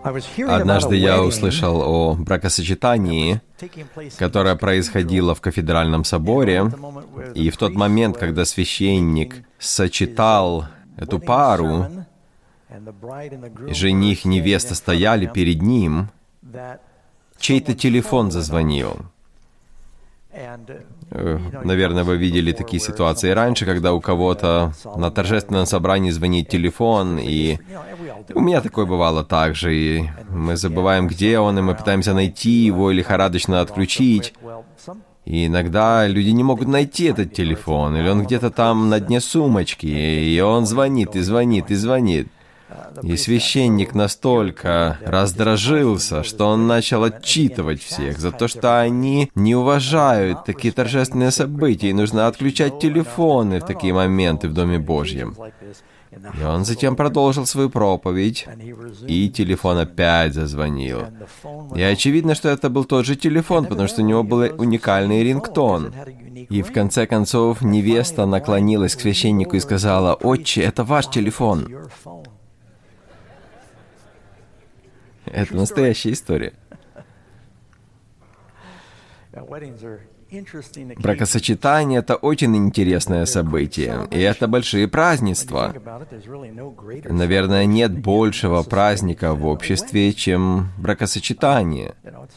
Однажды я услышал о бракосочетании, которое происходило в кафедральном соборе, и в тот момент, когда священник сочетал эту пару, жених и невеста стояли перед ним, чей-то телефон зазвонил. Наверное, вы видели такие ситуации раньше, когда у кого-то на торжественном собрании звонит телефон, и у меня такое бывало также, и мы забываем, где он, и мы пытаемся найти его или лихорадочно отключить. И иногда люди не могут найти этот телефон, или он где-то там на дне сумочки, и он звонит, и звонит, и звонит. И священник настолько раздражился, что он начал отчитывать всех за то, что они не уважают такие торжественные события, и нужно отключать телефоны в такие моменты в Доме Божьем. И он затем продолжил свою проповедь, и телефон опять зазвонил. И очевидно, что это был тот же телефон, потому что у него был уникальный рингтон. И в конце концов невеста наклонилась к священнику и сказала: «Отче, это ваш телефон». Это настоящая история. Бракосочетание — это очень интересное событие, и это большие празднества. Наверное, нет большего праздника в обществе, чем бракосочетание.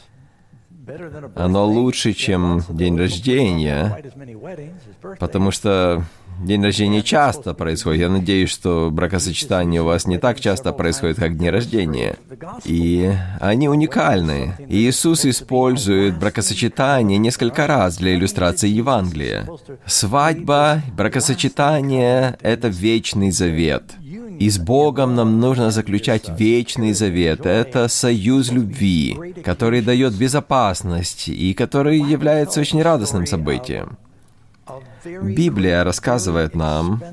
Оно лучше, чем день рождения, потому что день рождения часто происходит. Я надеюсь, что бракосочетание у вас не так часто происходит, как дни рождения. И они уникальны. И Иисус использует бракосочетание несколько раз для иллюстрации Евангелия. Свадьба, бракосочетание — это вечный завет. И с Богом нам нужно заключать вечный завет. Это союз любви, который дает безопасность и который является очень радостным событием. Библия рассказывает нам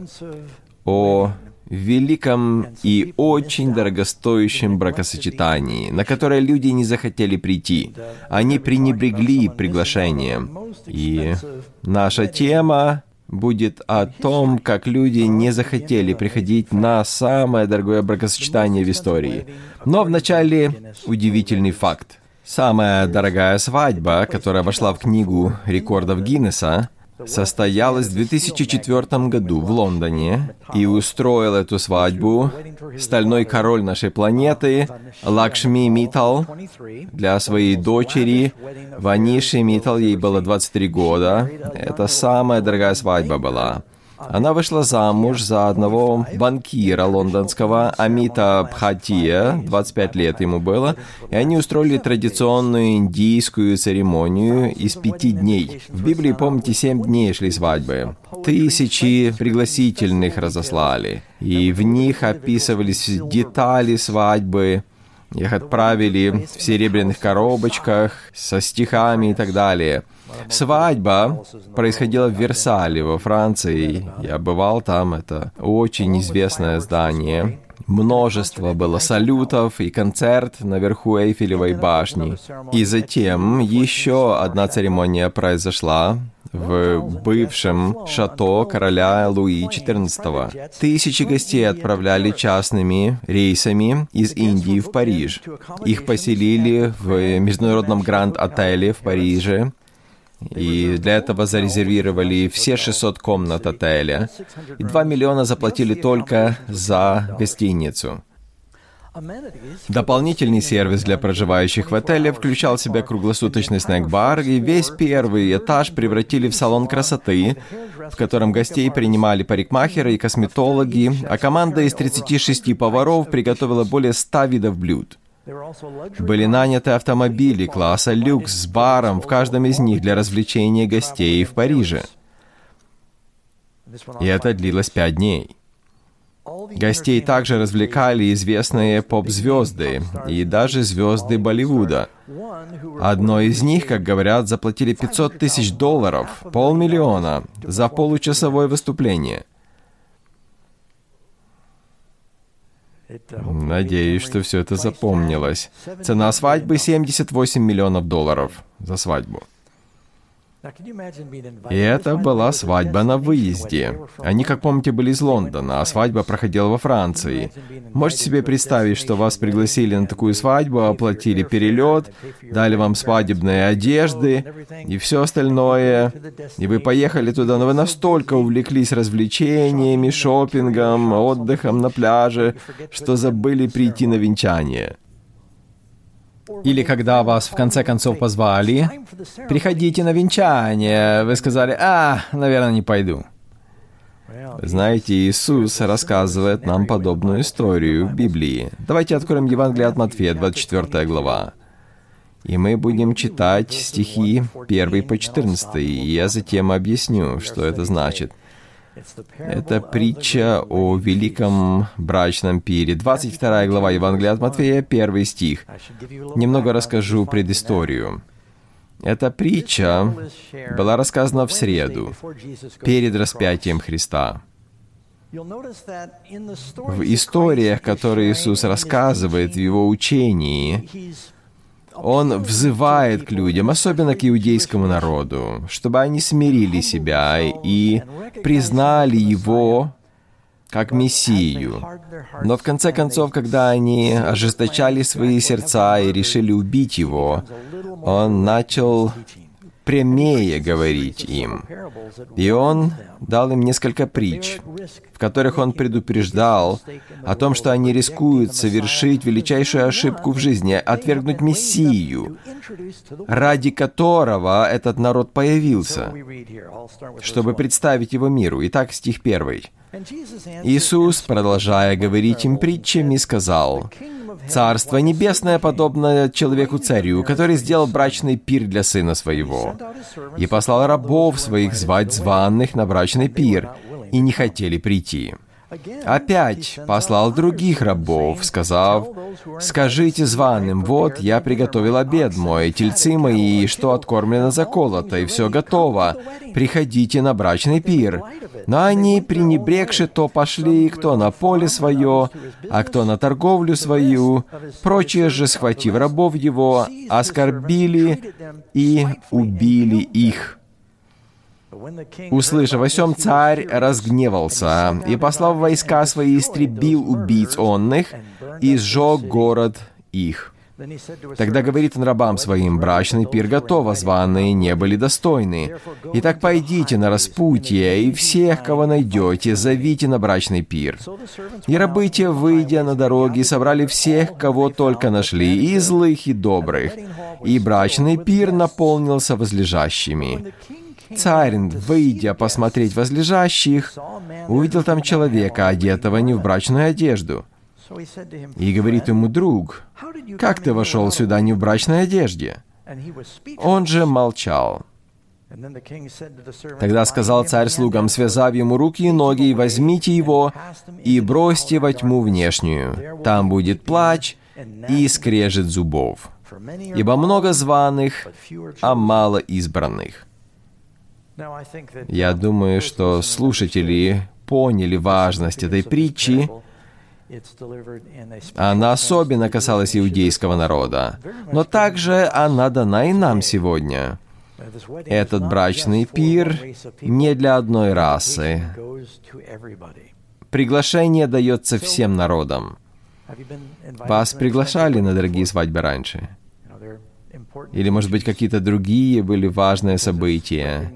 о великом и очень дорогостоящем бракосочетании, на которое люди не захотели прийти. Они пренебрегли приглашением. И наша тема будет о том, как люди не захотели приходить на самое дорогое бракосочетание в истории. Но вначале удивительный факт. Самая дорогая свадьба, которая вошла в книгу рекордов Гиннесса, состоялась в 2004 году в Лондоне, и устроил эту свадьбу стальной король нашей планеты Лакшми Миттал для своей дочери Ваниши Миттал. Ей было 23 года. Это самая дорогая свадьба была. Она вышла замуж за одного банкира лондонского, Амита Бхатия, 25 лет ему было, и они устроили традиционную индийскую церемонию из 5 дней. В Библии, помните, 7 дней шли свадьбы. 1000 пригласительных разослали, и в них описывались детали свадьбы. Их отправили в серебряных коробочках со стихами и так далее. Свадьба происходила в Версале, во Франции. Я бывал там, это очень известное здание. Множество было салютов и концерт наверху Эйфелевой башни. И затем еще одна церемония произошла в бывшем шато короля Луи XIV. 1000 гостей отправляли частными рейсами из Индии в Париж. Их поселили в международном Гранд-отеле в Париже. И для этого зарезервировали все 600 комнат отеля. И 2 миллиона заплатили только за гостиницу. Дополнительный сервис для проживающих в отеле включал в себя круглосуточный снэк-бар, и весь первый этаж превратили в салон красоты, в котором гостей принимали парикмахеры и косметологи, а команда из 36 поваров приготовила более 100 видов блюд. Были наняты автомобили класса люкс с баром в каждом из них для развлечения гостей в Париже. И это длилось 5 дней. Гостей также развлекали известные поп-звезды и даже звезды Болливуда. Одной из них, как говорят, заплатили $500 тысяч, $500 000, за получасовое выступление. Надеюсь, что все это запомнилось. Цена свадьбы $78 миллионов за свадьбу. И это была свадьба на выезде. Они, как помните, были из Лондона, а свадьба проходила во Франции. Можете себе представить, что вас пригласили на такую свадьбу, оплатили перелет, дали вам свадебные одежды и все остальное, и вы поехали туда, но вы настолько увлеклись развлечениями, шопингом, отдыхом на пляже, что забыли прийти на венчание. Или когда вас в конце концов позвали, приходите на венчание, вы сказали, наверное, не пойду. Знаете, Иисус рассказывает нам подобную историю в Библии. Давайте откроем Евангелие от Матфея, 24 глава. И мы будем читать стихи 1 по 14, и я затем объясню, что это значит. Это притча о великом брачном пире. 22 глава Евангелия от Матфея, 1 стих. Немного расскажу предысторию. Эта притча была рассказана в среду, перед распятием Христа. В историях, которые Иисус рассказывает в Его учении, Он взывает к людям, особенно к иудейскому народу, чтобы они смирили себя и признали Его как Мессию. Но в конце концов, когда они ожесточали свои сердца и решили убить Его, Он начал прямее говорить им. И Он дал им несколько притч, в которых Он предупреждал о том, что они рискуют совершить величайшую ошибку в жизни, отвергнуть Мессию, ради которого этот народ появился, чтобы представить Его миру. Итак, стих 1. Иисус, продолжая говорить им притчами, сказал: «Царство небесное подобно человеку-царю, который сделал брачный пир для сына своего, и послал рабов своих звать званых на брачный пир, и не хотели прийти. Опять послал других рабов, сказав: «Скажите званым, вот, я приготовил обед мой, тельцы мои, что откормлено заколото, и все готово. Приходите на брачный пир». Но они, пренебрегши, то пошли, кто на поле свое, а кто на торговлю свою. Прочие же, схватив рабов его, оскорбили и убили их. Услышав о сем, царь разгневался, и, послав войска свои, истребил убийц онных и сжег город их. Тогда говорит он рабам своим: «Брачный пир готов, а званые не были достойны. Итак, пойдите на распутье, и всех, кого найдете, зовите на брачный пир». И рабы те, выйдя на дороги, собрали всех, кого только нашли, и злых, и добрых. И брачный пир наполнился возлежащими. Царь, выйдя посмотреть возлежащих, увидел там человека, одетого не в брачную одежду. И говорит ему друг: «Как ты вошел сюда не в брачной одежде?» Он же молчал. Тогда сказал царь слугам, связав ему руки и ноги: «Возьмите его и бросьте во тьму внешнюю. Там будет плач и скрежет зубов. Ибо много званых, а мало избранных». Я думаю, что слушатели поняли важность этой притчи. Она особенно касалась иудейского народа, но также она дана и нам сегодня. Этот брачный пир не для одной расы. Приглашение дается всем народам. Вас приглашали на дорогие свадьбы раньше? Или, может быть, какие-то другие были важные события?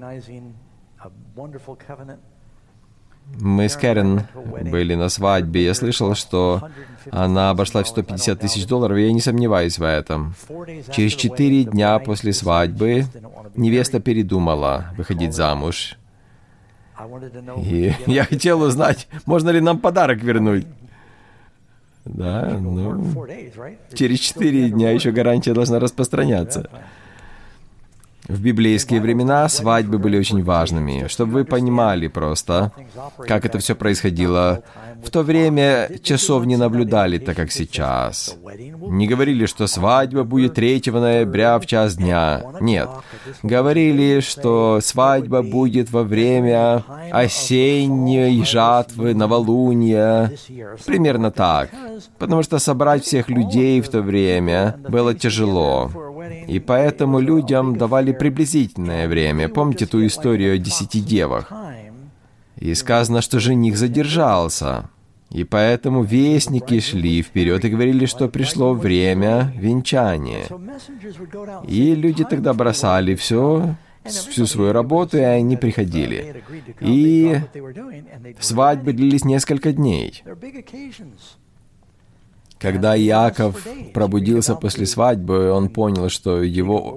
Мы с Кэрен были на свадьбе. Я слышал, что она обошла в $150 тысяч, и я не сомневаюсь в этом. Через 4 дня после свадьбы невеста передумала выходить замуж. И я хотел узнать, можно ли нам подарок вернуть. Да, через 4 дня еще гарантия должна распространяться. В библейские времена свадьбы были очень важными, чтобы вы понимали просто, как это все происходило. В то время часов не наблюдали так, как сейчас. Не говорили, что свадьба будет 3 ноября в час дня. Нет. Говорили, что свадьба будет во время осенней жатвы, новолуния. Примерно так. Потому что собрать всех людей в то время было тяжело. И поэтому людям давали приблизительное время. Помните ту историю о 10 девах? И сказано, что жених задержался. И поэтому вестники шли вперед и говорили, что пришло время венчания. И люди тогда бросали всю свою работу, и они приходили. И свадьбы длились несколько дней. Когда Иаков пробудился после свадьбы, он понял, что его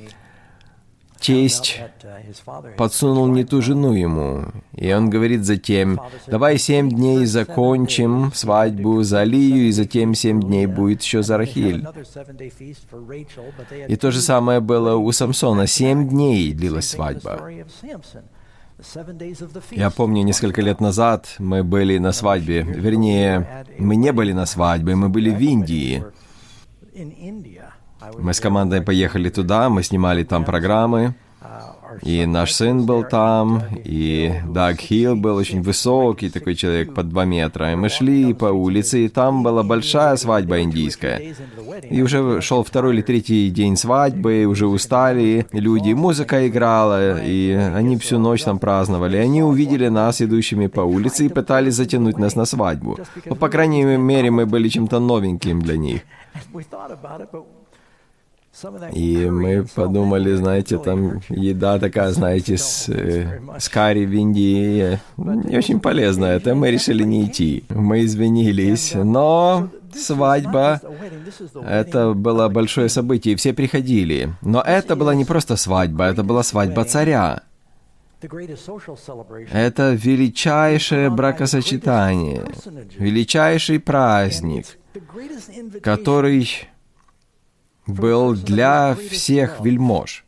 тесть подсунул не ту жену ему. И он говорит затем: давай 7 дней закончим свадьбу за Лию, и затем 7 дней будет еще за Рахиль. И то же самое было у Самсона. 7 дней длилась свадьба. Я помню, несколько лет назад мы были на свадьбе. Вернее, мы не были на свадьбе, мы были в Индии. Мы с командой поехали туда, мы снимали там программы, и наш сын был там, и Даг Хилл был очень высокий такой человек, под 2 метра, и мы шли по улице, и там была большая свадьба индийская. И уже шел 2-й или 3-й день свадьбы, уже устали люди, музыка играла, и они всю ночь там праздновали. Они увидели нас, идущими по улице, и пытались затянуть нас на свадьбу. Но, по крайней мере, мы были чем-то новеньким для них. И мы подумали, знаете, там еда такая, знаете, с карри в Индии, не очень полезная, это мы решили не идти. Мы извинились, но свадьба, это было большое событие, и все приходили. Но это была не просто свадьба, это была свадьба царя. Это величайшее бракосочетание, величайший праздник, который был для всех вельмож.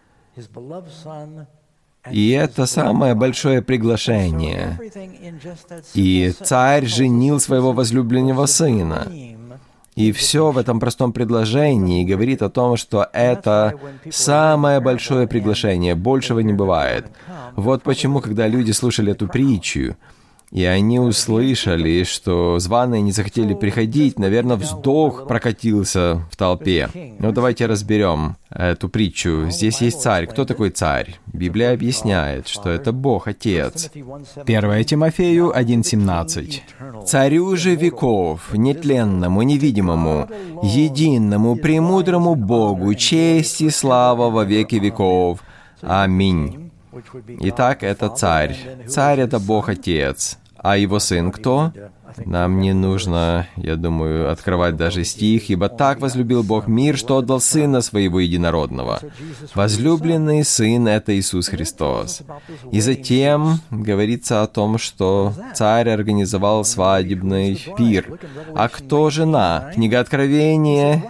И это самое большое приглашение. И царь женил своего возлюбленного сына. И все в этом простом предложении говорит о том, что это самое большое приглашение, большего не бывает. Вот почему, когда люди слушали эту притчу, и они услышали, что званые не захотели приходить, наверное, вздох прокатился в толпе. Ну, давайте разберем эту притчу. Здесь есть царь. Кто такой царь? Библия объясняет, что это Бог, Отец. 1 Тимофею 1:17. «Царю же веков, нетленному, невидимому, единому, премудрому Богу, честь и слава во веки веков. Аминь». Итак, это царь. Царь — это Бог Отец. А его сын кто? Нам не нужно, я думаю, открывать даже стих, «Ибо так возлюбил Бог мир, что отдал Сына Своего Единородного». Возлюбленный Сын — это Иисус Христос. И затем говорится о том, что царь организовал свадебный пир. А кто жена? Книга Откровения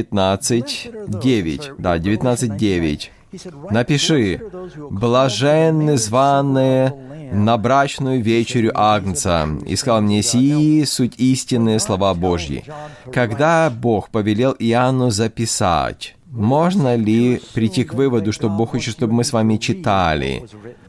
19:9. Да, 19:9. Напиши: «Блаженны званые на брачную вечерю Агнца». И сказал мне: «Сии суть истинные слова Божьи». Когда Бог повелел Иоанну записать, можно ли прийти к выводу, что Бог хочет, чтобы мы с вами читали?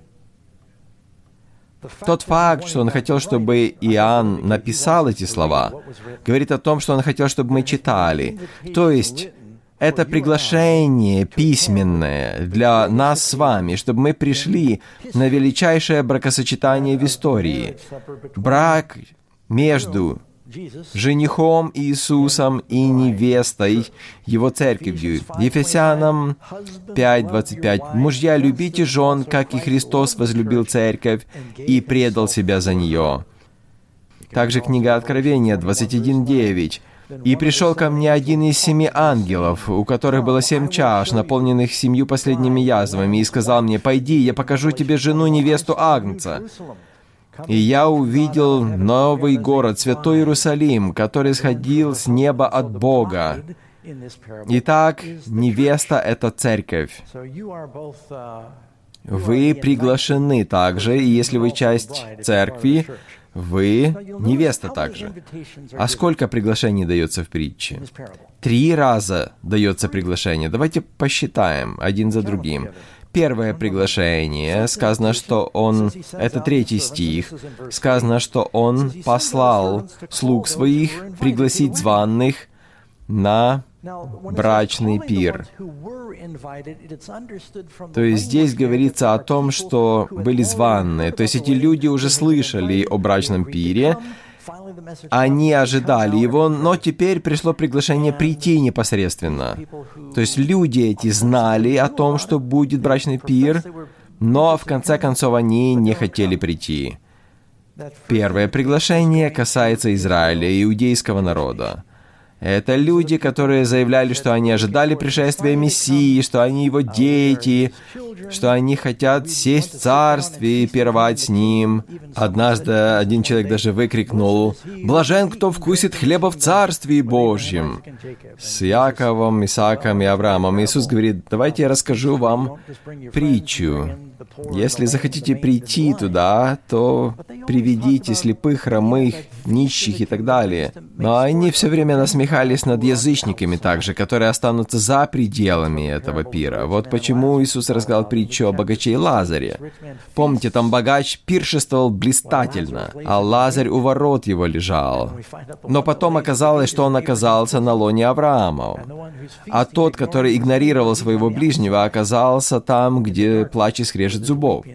Тот факт, что Он хотел, чтобы Иоанн написал эти слова, говорит о том, что Он хотел, чтобы мы читали. То есть это приглашение письменное для нас с вами, чтобы мы пришли на величайшее бракосочетание в истории. Брак между женихом Иисусом и невестой, Его церковью. Ефесянам 5:25. «Мужья, любите жен, как и Христос возлюбил церковь и предал себя за нее». Также книга Откровения 21:9. «И пришел ко мне один из 7 ангелов, у которых было 7 чаш, наполненных 7 последними язвами, и сказал мне: пойди, я покажу тебе жену, невесту Агнца. И я увидел новый город, святой Иерусалим, который сходил с неба от Бога». Итак, невеста — это церковь. Вы приглашены также, и если вы часть церкви, вы невеста также. А сколько приглашений дается в притче? 3 раза дается приглашение. Давайте посчитаем один за другим. Первое приглашение, сказано, что Он, это 3 стих, сказано, что Он послал слуг Своих пригласить званых на брачный пир. То есть здесь говорится о том, что были званные. То есть эти люди уже слышали о брачном пире, они ожидали его, но теперь пришло приглашение прийти непосредственно. То есть люди эти знали о том, что будет брачный пир, но в конце концов они не хотели прийти. Первое приглашение касается Израиля, иудейского народа. Это люди, которые заявляли, что они ожидали пришествия Мессии, что они его дети, что они хотят сесть в царстве и пировать с ним. Однажды один человек даже выкрикнул: «Блажен, кто вкусит хлеба в Царстве Божьем!» С Иаковом, Исааком и Авраамом. Иисус говорит: давайте я расскажу вам притчу. Если захотите прийти туда, то приведите слепых, хромых, нищих и так далее. Но они все время насмехались над язычниками также, которые останутся за пределами этого пира. Вот почему Иисус рассказал притчу о богаче и Лазаре. Помните, там богач пиршествовал блистательно, а Лазарь у ворот его лежал. Но потом оказалось, что он оказался на лоне Авраама. А тот, который игнорировал своего ближнего, оказался там, где плач и скрежет зубов.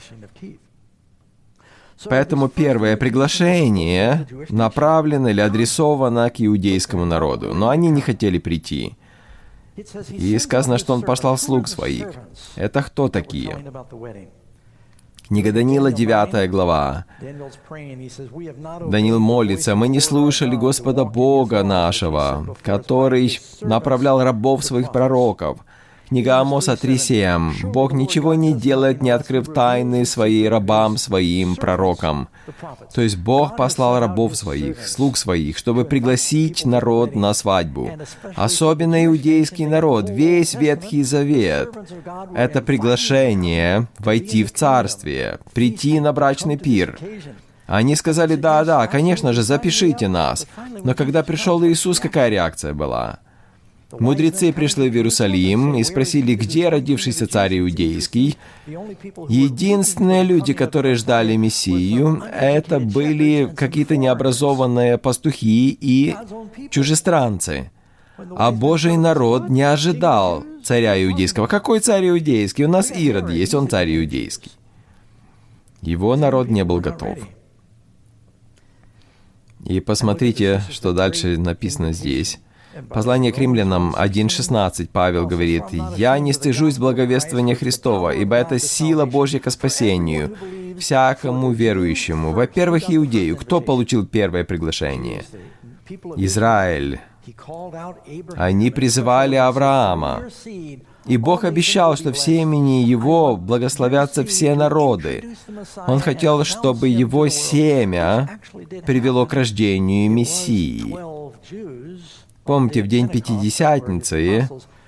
Поэтому первое приглашение направлено или адресовано к иудейскому народу, но они не хотели прийти. И сказано, что он послал слуг своих. Это кто такие? Книга Даниила, 9 глава. Даниил молится: «Мы не слушали Господа Бога нашего, который направлял рабов своих пророков». Книга Амоса 3:7. «Бог ничего не делает, не открыв тайны своей рабам, своим пророкам». То есть Бог послал рабов своих, слуг своих, чтобы пригласить народ на свадьбу. Особенно иудейский народ, весь Ветхий Завет. Это приглашение войти в Царствие, прийти на брачный пир. Они сказали: «Да, конечно же, запишите нас». Но когда пришел Иисус, какая реакция была? Мудрецы пришли в Иерусалим и спросили, где родившийся царь иудейский. Единственные люди, которые ждали Мессию, это были какие-то необразованные пастухи и чужестранцы. А Божий народ не ожидал царя иудейского. Какой царь иудейский? У нас Ирод есть, он царь иудейский. Его народ не был готов. И посмотрите, что дальше написано здесь. Послание к римлянам 1:16 Павел говорит: «Я не стыжусь благовествования Христова, ибо это сила Божья ко спасению всякому верующему». Во-первых, иудею. Кто получил первое приглашение? Израиль. Они призывали Авраама. И Бог обещал, что в семени его благословятся все народы. Он хотел, чтобы его семя привело к рождению Мессии. Помните, в день Пятидесятницы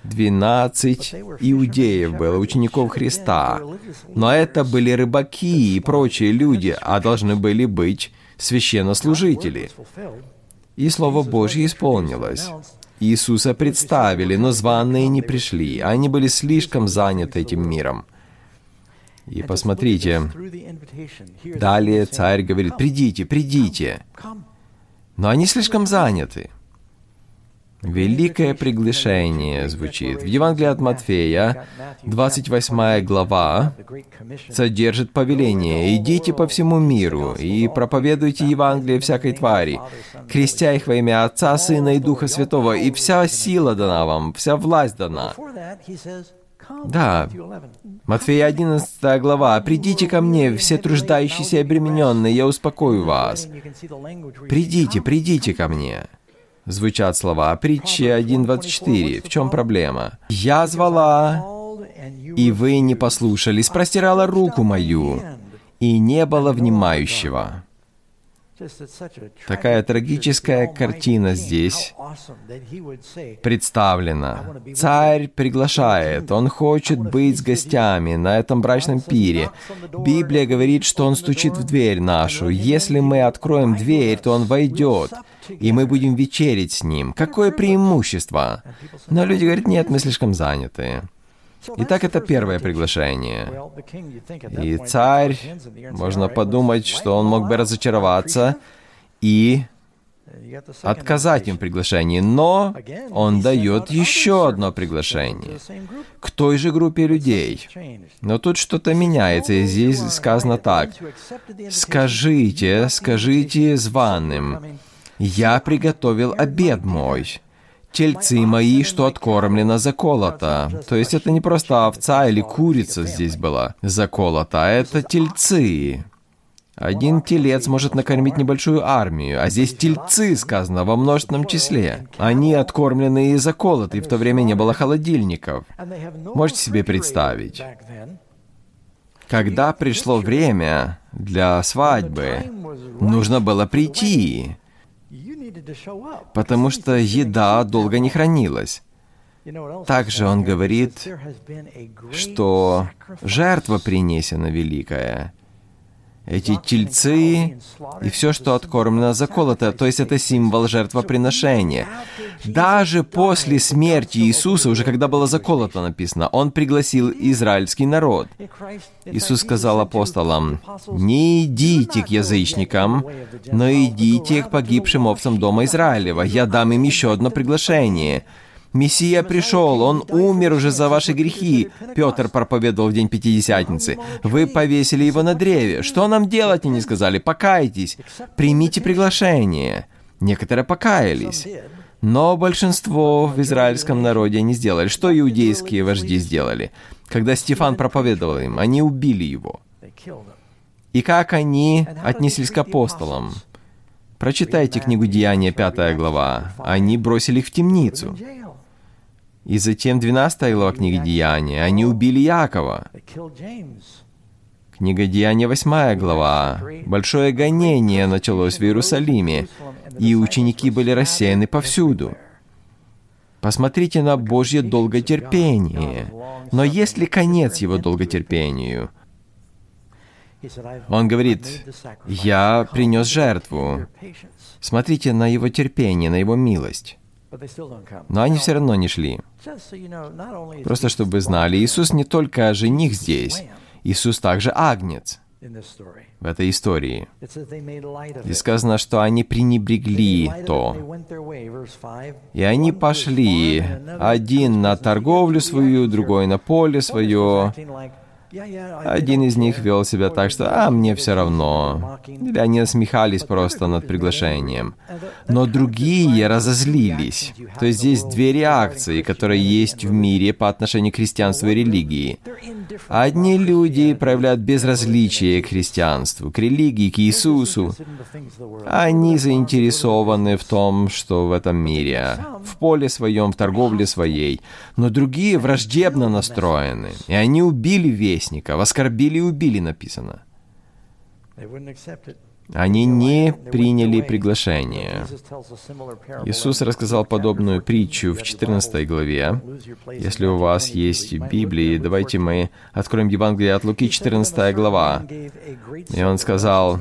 12 иудеев было, учеников Христа. Но это были рыбаки и прочие люди, а должны были быть священнослужители. И Слово Божье исполнилось. Иисуса представили, но званые не пришли. Они были слишком заняты этим миром. И посмотрите, далее царь говорит: «Придите, придите». Но они слишком заняты. Великое приглашение звучит. В Евангелии от Матфея, 28 глава, содержит повеление: «Идите по всему миру и проповедуйте Евангелие всякой твари, крестя их во имя Отца, Сына и Духа Святого, и вся сила дана вам, вся власть дана». Да, Матфея 11 глава. «Придите ко мне, все труждающиеся и обремененные, я успокою вас». Придите, придите ко мне. Звучат слова. Притчи 1:24. В чем проблема? «Я звала, и вы не послушались, простирала руку мою, и не было внимающего». Такая трагическая картина здесь представлена. Царь приглашает, он хочет быть с гостями на этом брачном пире. Библия говорит, что он стучит в дверь нашу. Если мы откроем дверь, то он войдет, и мы будем вечерить с ним. Какое преимущество? Но люди говорят: нет, мы слишком заняты. Итак, это первое приглашение. И царь, можно подумать, что он мог бы разочароваться и отказать им в приглашении, но Он дает еще одно приглашение к той же группе людей. Но тут что-то меняется, и здесь сказано так: «Скажите званым, я приготовил обед мой, тельцы мои, что откормлено, заколото». То есть это не просто овца или курица здесь была заколота, а это тельцы. Один телец может накормить небольшую армию, а здесь тельцы сказано во множественном числе. Они откормлены и заколоты, и в то время не было холодильников. Можете себе представить? Когда пришло время для свадьбы, нужно было прийти, потому что еда долго не хранилась. Также он говорит, что жертва принесена великая. Эти тельцы и все, что откормлено, заколото, то есть это символ жертвоприношения. Даже после смерти Иисуса, уже когда было заколото написано, Он пригласил израильский народ. Иисус сказал апостолам: «Не идите к язычникам, но идите к погибшим овцам дома Израилева. Я дам им еще одно приглашение». Мессия пришел, Он умер уже за ваши грехи. Петр проповедовал в день Пятидесятницы. Вы повесили Его на древе. Что нам делать, они сказали? Покайтесь, примите приглашение. Некоторые покаялись. Но большинство в израильском народе не сделали. Что иудейские вожди сделали? Когда Стефан проповедовал им, они убили его. И как они отнеслись к апостолам? Прочитайте книгу Деяния, 5 глава. Они бросили их в темницу. И затем 12 глава книги Деяния. Они убили Якова. Книга Деяния, 8 глава. Большое гонение началось в Иерусалиме, и ученики были рассеяны повсюду. Посмотрите на Божье долготерпение. Но есть ли конец Его долготерпению? Он говорит: «Я принес жертву». Смотрите на Его терпение, на Его милость. Но они все равно не шли. Просто чтобы вы знали, Иисус не только жених здесь, Иисус также агнец в этой истории. И сказано, что они пренебрегли то. И они пошли, один на торговлю свою, другой на поле свое. Один из них вел себя так, что мне все равно». Или они насмехались просто над приглашением. Но другие разозлились. То есть здесь две реакции, которые есть в мире по отношению к христианству и религии. Одни люди проявляют безразличие к христианству, к религии, к Иисусу. Они заинтересованы в том, что в этом мире, в поле своем, в торговле своей. Но другие враждебно настроены, и они убили вестника, оскорбили и убили, написано. Они не приняли приглашение. Иисус рассказал подобную притчу в 14 главе. Если у вас есть Библии, давайте мы откроем Евангелие от Луки, 14 глава. И Он сказал,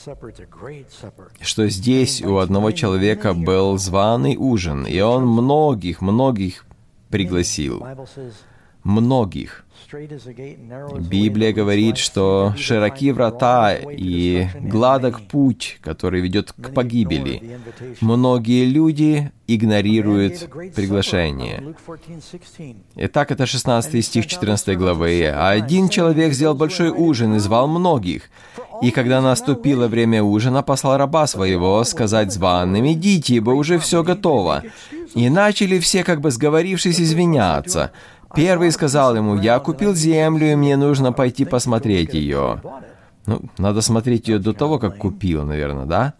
что здесь у одного человека был званый ужин, и он многих пригласил. Многих. Библия говорит, что широки врата и гладок путь, который ведет к погибели. Многие люди игнорируют приглашение. Итак, это 16 стих 14 главы. «А один человек сделал большой ужин и звал многих. И когда наступило время ужина, послал раба своего сказать званым: идите, ибо уже все готово. И начали все, как бы сговорившись, извиняться. Первый сказал ему: я купил землю, и мне нужно пойти посмотреть ее». Надо смотреть ее до того, как купил, наверное, да?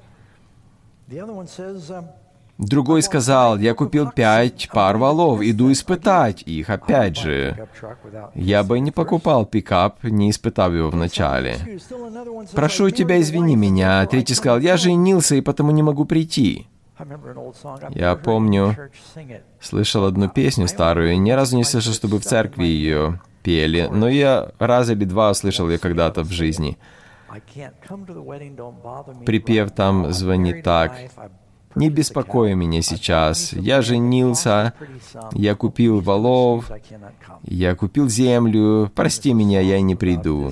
Другой сказал: я купил 5 пар волов, иду испытать их. Опять же, я бы не покупал пикап, не испытав его вначале. «Прошу тебя, извини меня». Третий сказал: я женился, и потому не могу прийти. Я помню, слышал одну песню старую, ни разу не слышал, чтобы в церкви ее пели, но я раз или два слышал ее когда-то в жизни. Припев там звонит так: «Не беспокой меня сейчас, я женился, я купил волов, я купил землю, прости меня, я не приду».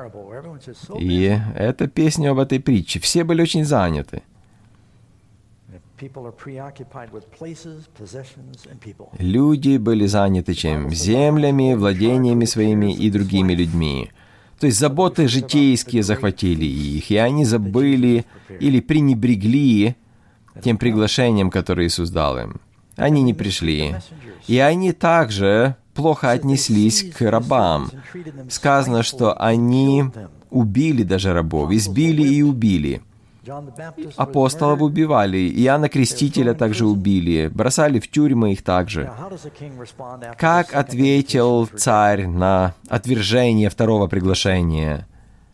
И это песня об этой притче. Все были очень заняты. Люди были заняты чем? Землями, владениями своими и другими людьми. То есть заботы житейские захватили их, и они забыли или пренебрегли тем приглашением, которое Иисус дал им. Они не пришли. И они также плохо отнеслись к рабам. Сказано, что они убили даже рабов, избили и убили. Апостолов убивали, Иоанна Крестителя также убили, бросали в тюрьмы их также. Как ответил царь на отвержение второго приглашения?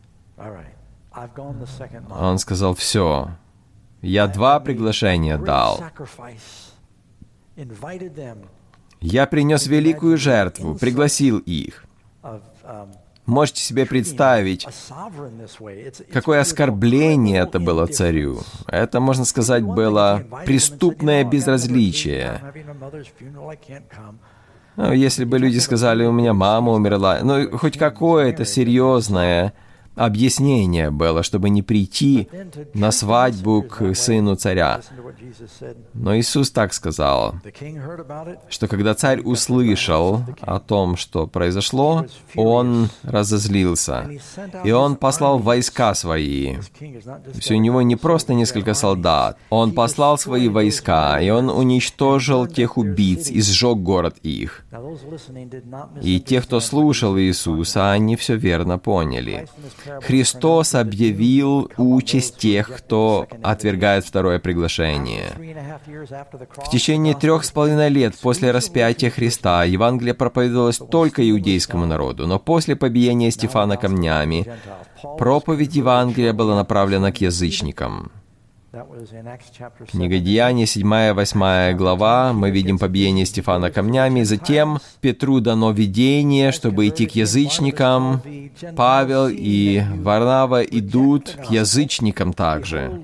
Он сказал: «Все, я 2 приглашения дал. Я принес великую жертву, пригласил их». Можете себе представить, какое оскорбление это было царю. Это, можно сказать, было преступное безразличие. Если бы люди сказали: «У меня мама умерла», хоть какое-то серьезное объяснение было, чтобы не прийти на свадьбу к сыну царя. Но Иисус так сказал, что когда царь услышал о том, что произошло, он разозлился, и он послал войска свои. То есть у него не просто несколько солдат, он послал свои войска, и он уничтожил тех убийц и сжег город их. И те, кто слушал Иисуса, они все верно поняли. Христос объявил участь тех, кто отвергает второе приглашение. В течение 3,5 лет после распятия Христа Евангелие проповедовалось только иудейскому народу, но после побиения Стефана камнями проповедь Евангелия была направлена к язычникам. Книга Деяний, 7-8 глава, мы видим побиение Стефана камнями. Затем Петру дано видение, чтобы идти к язычникам. Павел и Варнава идут к язычникам также.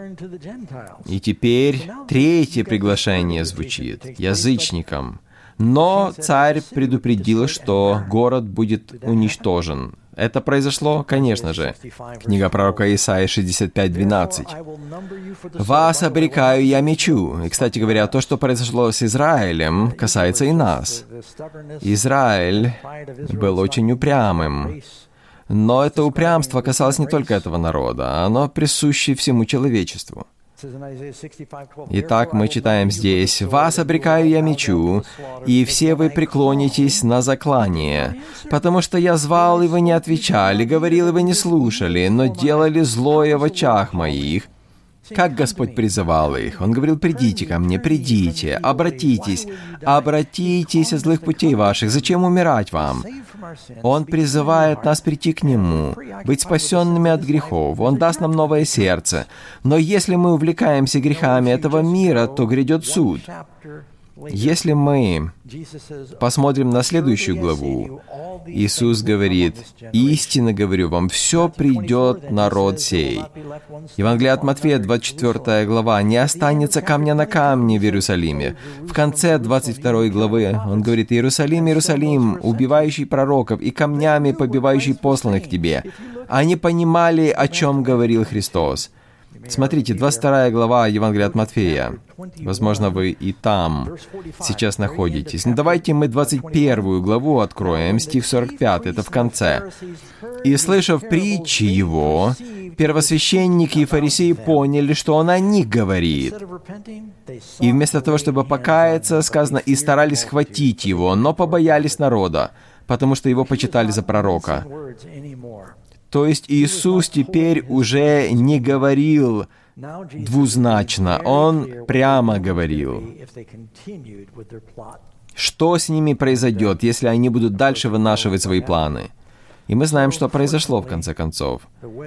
И теперь 3-е приглашение звучит — язычникам. Но царь предупредил, что город будет уничтожен. Это произошло, конечно же. Книга пророка Исаии 65:12. «Вас обрекаю я мечу». И, кстати говоря, то, что произошло с Израилем, касается и нас. Израиль был очень упрямым. Но это упрямство касалось не только этого народа, оно присуще всему человечеству. Итак, мы читаем здесь: «Вас обрекаю я мечу, и все вы преклонитесь на заклание, потому что я звал, и вы не отвечали, говорил, и вы не слушали, но делали злое в очах моих». Как Господь призывал их? Он говорил: «Придите ко мне, придите, обратитесь от злых путей ваших, зачем умирать вам?» Он призывает нас прийти к Нему, быть спасенными от грехов. Он даст нам новое сердце. Но если мы увлекаемся грехами этого мира, то грядет суд. Если мы посмотрим на следующую главу, Иисус говорит: «Истинно говорю вам, все придет народ сей». Евангелие от Матфея, 24 глава: «Не останется камня на камне в Иерусалиме». В конце 22 главы он говорит: «Иерусалим, Иерусалим, убивающий пророков и камнями побивающий посланных к тебе». Они понимали, о чем говорил Христос. Смотрите, 22 глава Евангелия от Матфея. Возможно, вы и там сейчас находитесь. Но давайте мы 21 главу откроем, стих 45, это в конце. «И, слышав притчи его, первосвященники и фарисеи поняли, что он о них говорит. И вместо того, чтобы покаяться, сказано, и старались схватить его, но побоялись народа, потому что его почитали за пророка». То есть Иисус теперь уже не говорил двузначно, Он прямо говорил. Что с ними произойдет, если они будут дальше вынашивать свои планы? И мы знаем, что произошло в конце концов.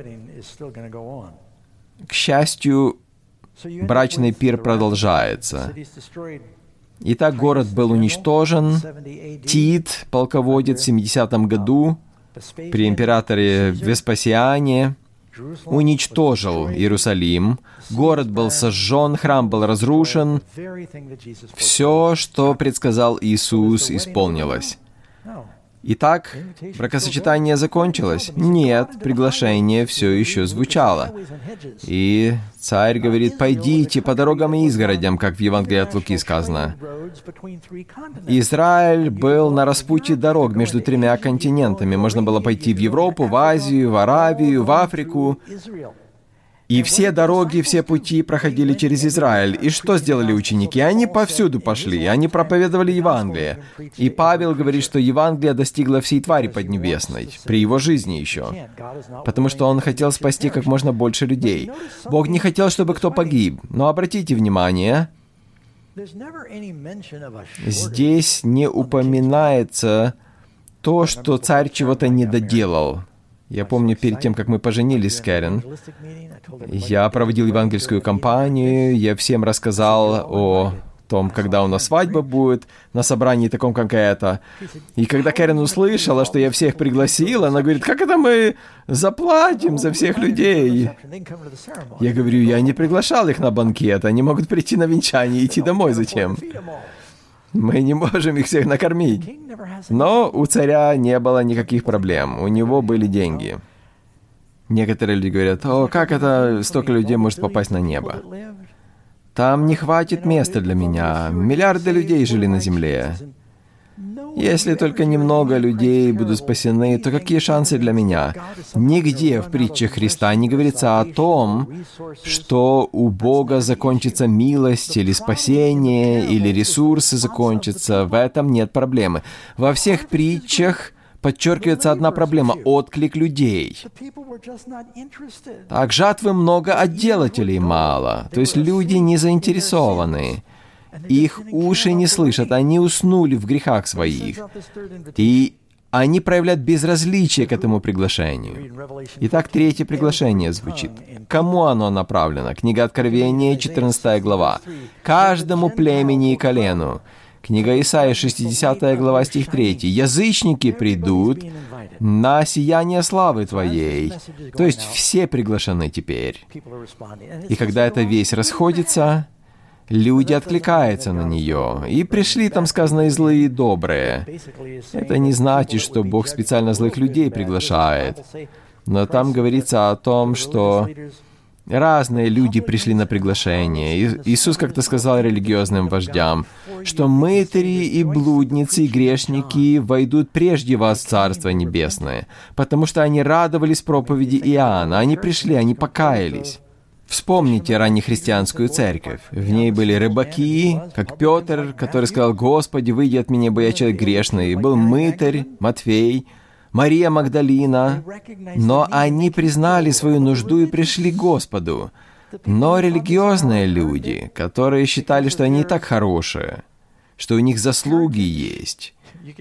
К счастью, брачный пир продолжается. Итак, город был уничтожен. Тит, полководец, в 70 году при императоре Веспасиане уничтожил Иерусалим, город был сожжен, храм был разрушен. Все, что предсказал Иисус, исполнилось. Итак, бракосочетание закончилось? Нет, приглашение все еще звучало. И царь говорит: «Пойдите по дорогам и изгородям», как в Евангелии от Луки сказано. Израиль был на распутье дорог между 3 континентами. Можно было пойти в Европу, в Азию, в Аравию, в Африку. И все дороги, все пути проходили через Израиль. И что сделали ученики? Они повсюду пошли, они проповедовали Евангелие. И Павел говорит, что Евангелие достигло всей твари поднебесной, при его жизни еще. Потому что он хотел спасти как можно больше людей. Бог не хотел, чтобы кто погиб. Но обратите внимание, здесь не упоминается то, что царь чего-то не доделал. Я помню, перед тем, как мы поженились с Кэрен, я проводил евангельскую кампанию, я всем рассказал о том, когда у нас свадьба будет, на собрании таком, как это. И когда Кэрен услышала, что я всех пригласил, она говорит: «Как это мы заплатим за всех людей?» Я говорю: «Я не приглашал их на банкет, они могут прийти на венчание и идти домой затем. Мы не можем их всех накормить». Но у царя не было никаких проблем, у него были деньги. Некоторые люди говорят: «О, как это столько людей может попасть на небо? Там не хватит места для меня, миллиарды людей жили на земле. Если только немного людей будут спасены, то какие шансы для меня?» Нигде в притчах Христа не говорится о том, что у Бога закончится милость или спасение, или ресурсы закончатся. В этом нет проблемы. Во всех притчах подчеркивается одна проблема — отклик людей. Так, жатвы много, а делателей мало. То есть люди не заинтересованы. Их уши не слышат, они уснули в грехах своих. И они проявляют безразличие к этому приглашению. Итак, 3 приглашение звучит. Кому оно направлено? Книга Откровения, 14 глава. «Каждому племени и колену». Книга Исаии, 60 глава, стих 3. «Язычники придут на сияние славы Твоей». То есть все приглашены теперь. И когда эта весть расходится, люди откликаются на нее. И пришли, там сказано, и злые, и добрые. Это не значит, что Бог специально злых людей приглашает. Но там говорится о том, что разные люди пришли на приглашение. Иисус как-то сказал религиозным вождям, что мытари и блудницы и грешники войдут прежде вас в Царство Небесное, потому что они радовались проповеди Иоанна. Они пришли, они покаялись. Вспомните раннехристианскую церковь. В ней были рыбаки, как Петр, который сказал: «Господи, выйди от меня, бо я человек грешный». И был мытарь, Матфей, Мария Магдалина. Но они признали свою нужду и пришли к Господу. Но религиозные люди, которые считали, что они и так хорошие, что у них заслуги есть.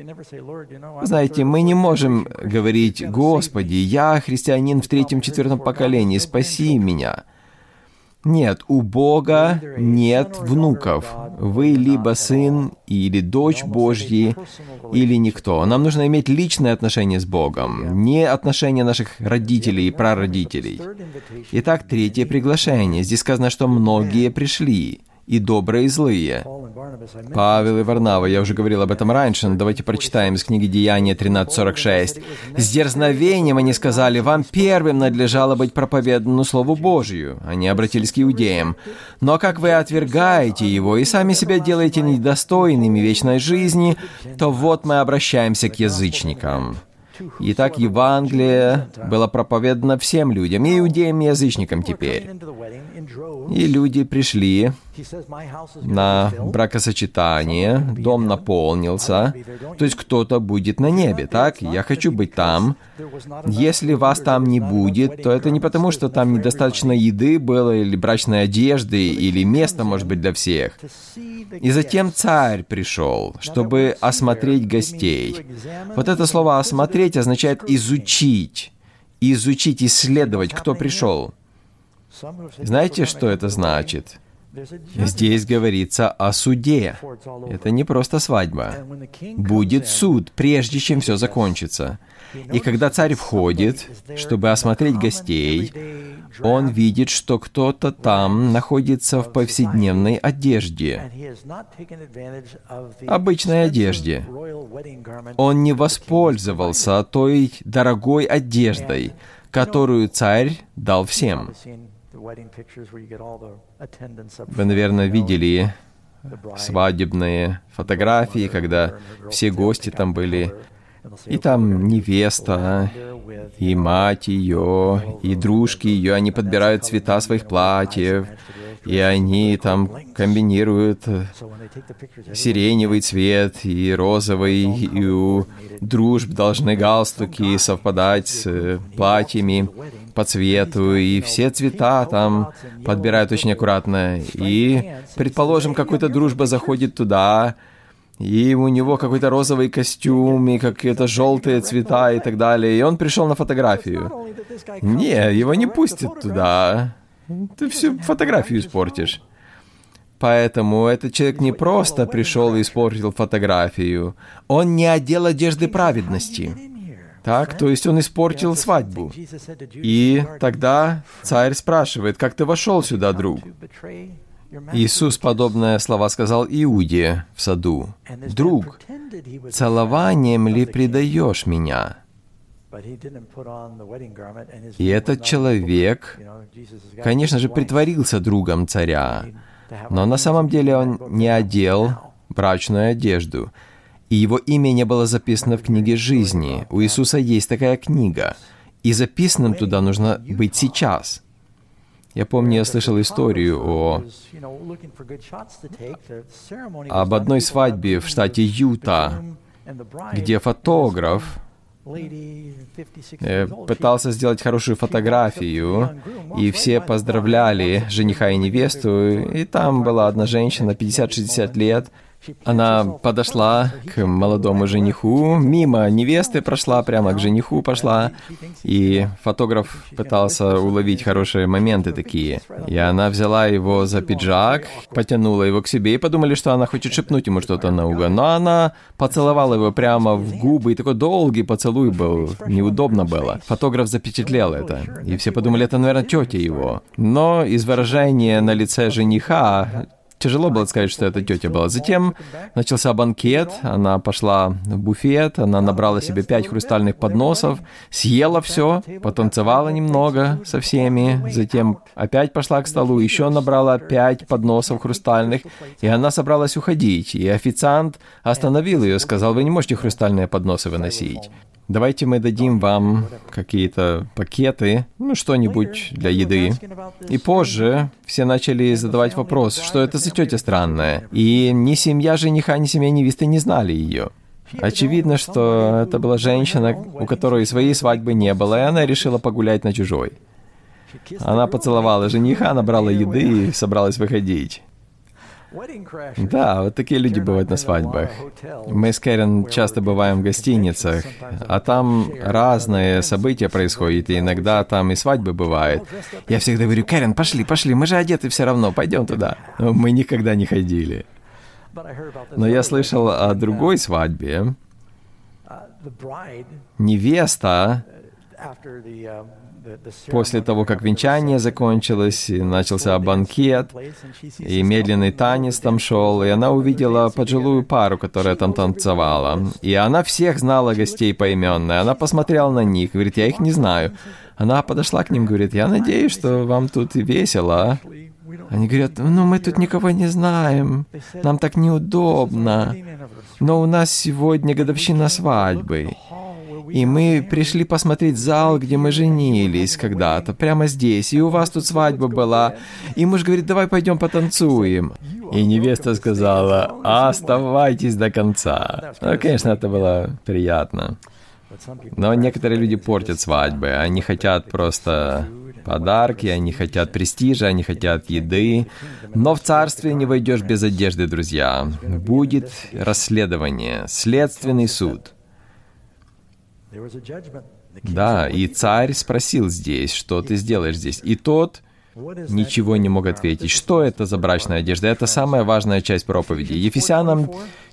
Знаете, мы не можем говорить: «Господи, я христианин в 3-4 поколении, спаси меня». Нет, у Бога нет внуков. Вы либо сын или дочь Божьи, или никто. Нам нужно иметь личное отношение с Богом, не отношение наших родителей и прародителей. Итак, 3 приглашение. Здесь сказано, что многие пришли, и добрые, и злые. Павел и Варнава, я уже говорил об этом раньше, но давайте прочитаем из книги Деяния 13:46. «С дерзновением они сказали: вам первым надлежало быть проповедану Слову Божию». Они обратились к иудеям. «Но как вы отвергаете его и сами себя делаете недостойными вечной жизни, то вот мы обращаемся к язычникам». Итак, Евангелие было проповедано всем людям, и иудеям, и язычникам теперь. И люди пришли на бракосочетание, дом наполнился, то есть кто-то будет на небе, так? Я хочу быть там. Если вас там не будет, то это не потому, что там недостаточно еды было, или брачной одежды, или места, может быть, для всех. И затем царь пришел, чтобы осмотреть гостей. Вот это слово «осмотреть» означает изучить, исследовать, кто пришел. Знаете, что это значит? Здесь говорится о суде. Это не просто свадьба. Будет суд, прежде чем все закончится. И когда царь входит, чтобы осмотреть гостей, он видит, что кто-то там находится в повседневной одежде, обычной одежде. Он не воспользовался той дорогой одеждой, которую царь дал всем. Вы, наверное, видели свадебные фотографии, когда все гости там были. И там невеста, и мать ее, и дружки ее, они подбирают цвета своих платьев, и они там комбинируют сиреневый цвет и розовый, и у дружб должны галстуки совпадать с платьями по цвету, и все цвета там подбирают очень аккуратно. И, предположим, какая-то дружба заходит туда, и у него какой-то розовый костюм, и какие-то желтые цвета и так далее. И он пришел на фотографию. Не, его не пустят туда. Ты всю фотографию испортишь. Поэтому этот человек не просто пришел и испортил фотографию. Он не одел одежды праведности. Так, то есть он испортил свадьбу. И тогда царь спрашивает: «Как ты вошел сюда, друг?» Иисус подобные слова сказал Иуде в саду: «Друг, целованием ли предаешь меня?» И этот человек, конечно же, притворился другом царя, но на самом деле он не одел брачную одежду, и его имя не было записано в книге жизни. У Иисуса есть такая книга, и записанным туда нужно быть сейчас. Я помню, я слышал историю об одной свадьбе в штате Юта, где фотограф пытался сделать хорошую фотографию, и все поздравляли жениха и невесту, и там была одна женщина, 50-60 лет. Она подошла к молодому жениху, мимо невесты прошла, прямо к жениху пошла, и фотограф пытался уловить хорошие моменты такие. И она взяла его за пиджак, потянула его к себе, и подумали, что она хочет шепнуть ему что-то на ухо. Но она поцеловала его прямо в губы, и такой долгий поцелуй был, неудобно было. Фотограф запечатлел это, и все подумали, это, наверное, тетя его. Но из выражения на лице жениха тяжело было сказать, что это тетя была. Затем начался банкет, она пошла в буфет, она набрала себе 5 хрустальных подносов, съела все, потанцевала немного со всеми, затем опять пошла к столу, еще набрала 5 подносов хрустальных, и она собралась уходить. И официант остановил ее, сказал: «Вы не можете хрустальные подносы выносить. Давайте мы дадим вам какие-то пакеты, что-нибудь для еды». И позже все начали задавать вопрос, что это за тетя странная. И ни семья жениха, ни семья невесты не знали ее. Очевидно, что это была женщина, у которой своей свадьбы не было, и она решила погулять на чужой. Она поцеловала жениха, набрала еды и собралась выходить. Да, вот такие люди бывают на свадьбах. Мы с Кэрен часто бываем в гостиницах, а там разные события происходят, и иногда там и свадьбы бывают. Я всегда говорю: «Кэрен, пошли, мы же одеты все равно, пойдем туда». Но мы никогда не ходили. Но я слышал о другой свадьбе. Невеста, после того, как венчание закончилось, и начался банкет, и медленный танец там шел, и она увидела пожилую пару, которая там танцевала. И она всех знала гостей поименно. Она посмотрела на них, говорит: «Я их не знаю». Она подошла к ним, говорит: «Я надеюсь, что вам тут весело». Они говорят: «Мы тут никого не знаем, нам так неудобно, но у нас сегодня годовщина свадьбы. И мы пришли посмотреть зал, где мы женились когда-то, прямо здесь, и у вас тут свадьба была. И муж говорит: давай пойдем потанцуем». И невеста сказала: «Оставайтесь до конца». Ну, конечно, это было приятно. Но некоторые люди портят свадьбы. Они хотят просто подарки, они хотят престижа, они хотят еды. Но в царстве не войдешь без одежды, друзья. Будет расследование, следственный суд. Да, и царь спросил здесь: что ты сделаешь здесь? И тот ничего не мог ответить. Что это за брачная одежда? Это самая важная часть проповеди. Ефесянам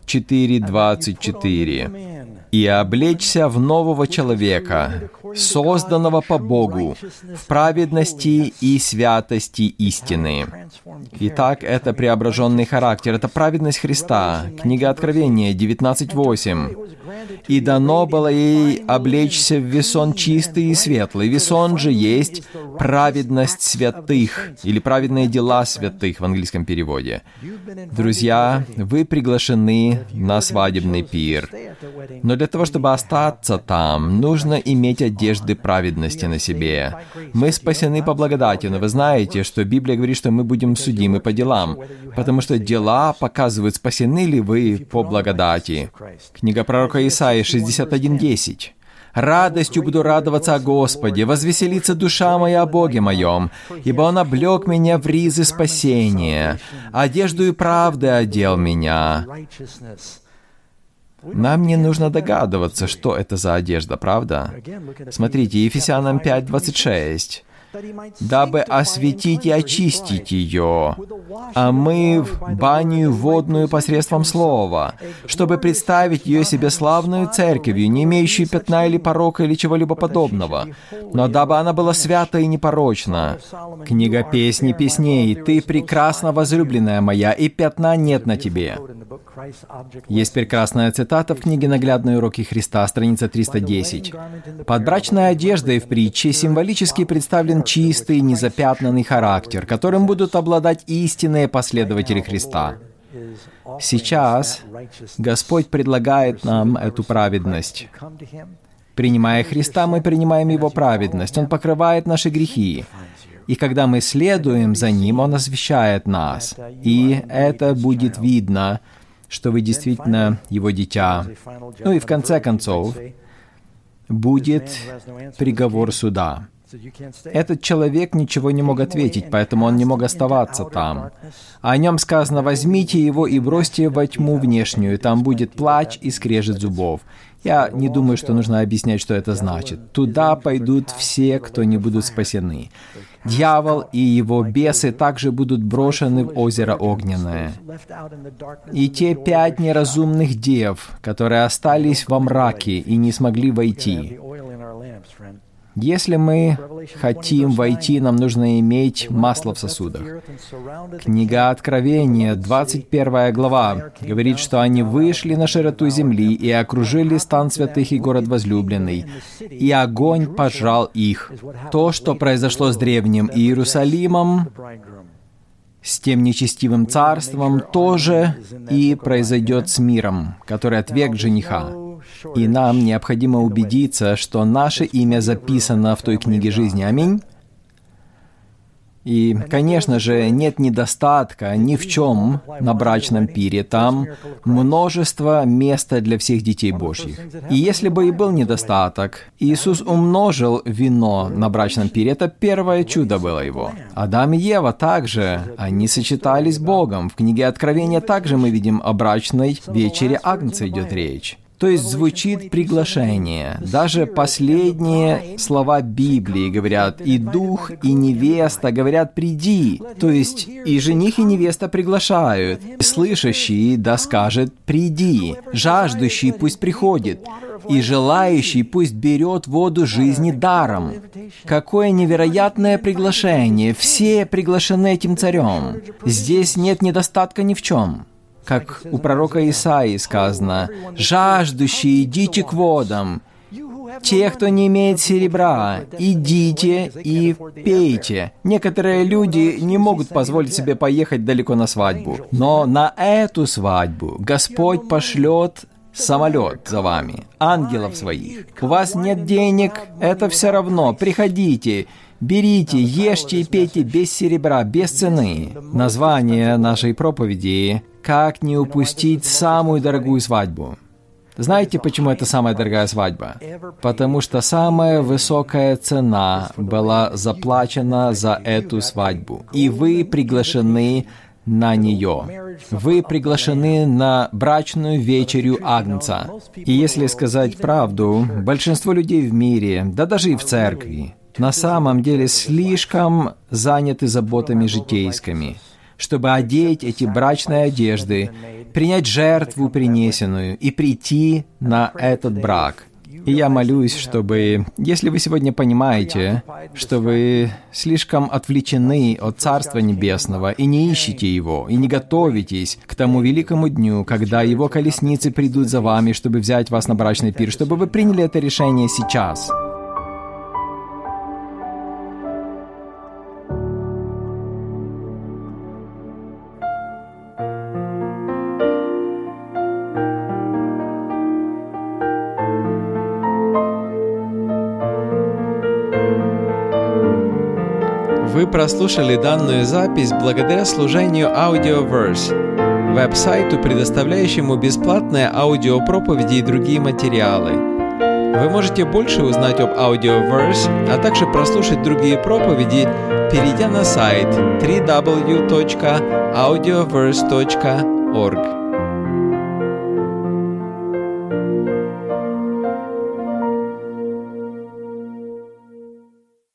4:24. «И облечься в нового человека, созданного по Богу, в праведности и святости истины». Итак, это преображенный характер, это праведность Христа. Книга Откровения 19:8. «И дано было ей облечься в весон чистый и светлый». Весон же есть праведность святых, или праведные дела святых в английском переводе. Друзья, вы приглашены на свадебный пир. Но для того, чтобы остаться там, нужно иметь одежды праведности на себе. Мы спасены по благодати, но вы знаете, что Библия говорит, что мы будем судимы по делам, потому что дела показывают, спасены ли вы по благодати. Книга пророка Исаии 61:10. «Радостью буду радоваться о Господе, возвеселится душа моя о Боге моем, ибо Он облек меня в ризы спасения, одежду и правды одел меня». Нам не нужно догадываться, что это за одежда, правда? Смотрите, Ефесянам 5:26. «Дабы осветить и очистить ее, омыв баню водную посредством слова, чтобы представить ее себе славную церковью, не имеющую пятна или порока или чего-либо подобного, но дабы она была свята и непорочна». Книга Песни песней. «Ты прекрасна, возлюбленная моя, и пятна нет на тебе». Есть прекрасная цитата в книге «Наглядные уроки Христа», страница 310. Под брачной одеждой в притче символически представлен чистый, незапятнанный характер, которым будут обладать истинные последователи Христа. Сейчас Господь предлагает нам эту праведность. Принимая Христа, мы принимаем Его праведность. Он покрывает наши грехи. И когда мы следуем за Ним, Он освящает нас. И это будет видно, что вы действительно Его дитя. Ну и в конце концов, будет приговор суда. Этот человек ничего не мог ответить, поэтому он не мог оставаться там. О нем сказано: «Возьмите его и бросьте во тьму внешнюю, там будет плач и скрежет зубов». Я не думаю, что нужно объяснять, что это значит. Туда пойдут все, кто не будут спасены. Дьявол и его бесы также будут брошены в озеро огненное. И те 5 неразумных дев, которые остались во мраке и не смогли войти. Если мы хотим войти, нам нужно иметь масло в сосудах. Книга Откровения, 21 глава, говорит, что они вышли на широту земли и окружили стан святых и город возлюбленный, и огонь пожрал их. То, что произошло с древним Иерусалимом, с тем нечестивым царством, тоже и произойдет с миром, который отверг жениха. И нам необходимо убедиться, что наше имя записано в той книге жизни. Аминь. И, конечно же, нет недостатка ни в чем на брачном пире. Там множество места для всех детей Божьих. И если бы и был недостаток, Иисус умножил вино на брачном пире. Это первое чудо было Его. Адам и Ева также, они сочетались с Богом. В книге Откровения также мы видим о брачной вечере Агнца идет речь. То есть звучит приглашение. Даже последние слова Библии говорят: «И дух, и невеста говорят: приди». То есть и жених, и невеста приглашают. Слышащий да скажет: приди. Жаждущий пусть приходит. И желающий пусть берет воду жизни даром. Какое невероятное приглашение. Все приглашены этим царем. Здесь нет недостатка ни в чем. Как у пророка Исаии сказано: «Жаждущие, идите к водам. Те, кто не имеет серебра, идите и пейте». Некоторые люди не могут позволить себе поехать далеко на свадьбу. Но на эту свадьбу Господь пошлет самолет за вами, ангелов своих. У вас нет денег, это все равно. Приходите. Берите, ешьте и пейте без серебра, без цены. Название нашей проповеди: «Как не упустить самую дорогую свадьбу». Знаете, почему это самая дорогая свадьба? Потому что самая высокая цена была заплачена за эту свадьбу. И вы приглашены на нее. Вы приглашены на брачную вечерю Агнца. И если сказать правду, большинство людей в мире, да даже и в церкви, на самом деле слишком заняты заботами житейскими, чтобы одеть эти брачные одежды, принять жертву принесенную и прийти на этот брак. И я молюсь, чтобы, если вы сегодня понимаете, что вы слишком отвлечены от Царства Небесного и не ищете Его, и не готовитесь к тому великому дню, когда Его колесницы придут за вами, чтобы взять вас на брачный пир, чтобы вы приняли это решение сейчас. Вы прослушали данную запись благодаря служению Audioverse, веб-сайту, предоставляющему бесплатные аудиопроповеди и другие материалы. Вы можете больше узнать об Audioverse, а также прослушать другие проповеди, перейдя на сайт www.audioverse.org.